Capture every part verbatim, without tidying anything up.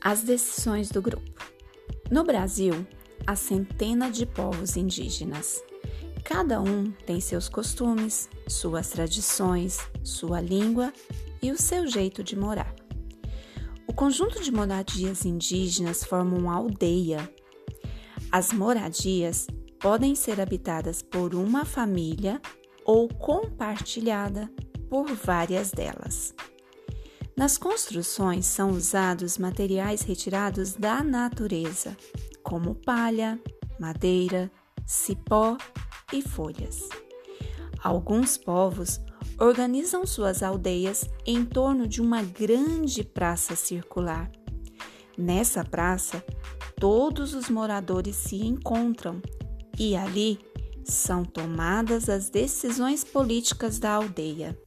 As decisões do grupo. No Brasil, há centenas de povos indígenas. Cada um tem seus costumes, suas tradições, sua língua e o seu jeito de morar. O conjunto de moradias indígenas forma uma aldeia. As moradias podem ser habitadas por uma família ou compartilhada por várias delas. Nas construções são usados materiais retirados da natureza, como palha, madeira, cipó e folhas. Alguns povos organizam suas aldeias em torno de uma grande praça circular. Nessa praça, todos os moradores se encontram e ali são tomadas as decisões políticas da aldeia.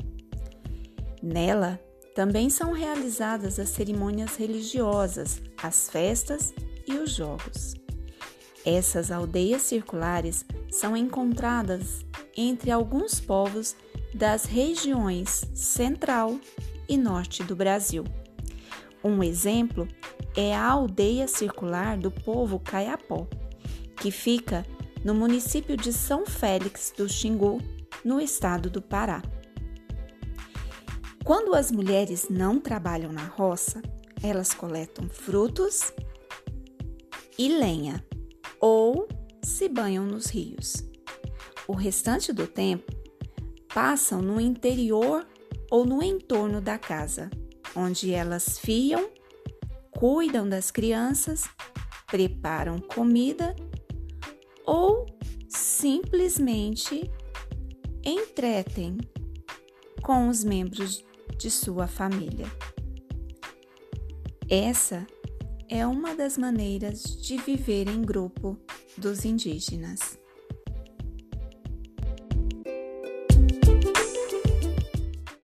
Nela, também são realizadas as cerimônias religiosas, as festas e os jogos. Essas aldeias circulares são encontradas entre alguns povos das regiões central e norte do Brasil. Um exemplo é a aldeia circular do povo Kayapó, que fica no município de São Félix do Xingu, no estado do Pará. Quando as mulheres não trabalham na roça, elas coletam frutos e lenha ou se banham nos rios. O restante do tempo passam no interior ou no entorno da casa, onde elas fiam, cuidam das crianças, preparam comida ou simplesmente entretem com os membros de sua família. Essa é uma das maneiras de viver em grupo dos indígenas.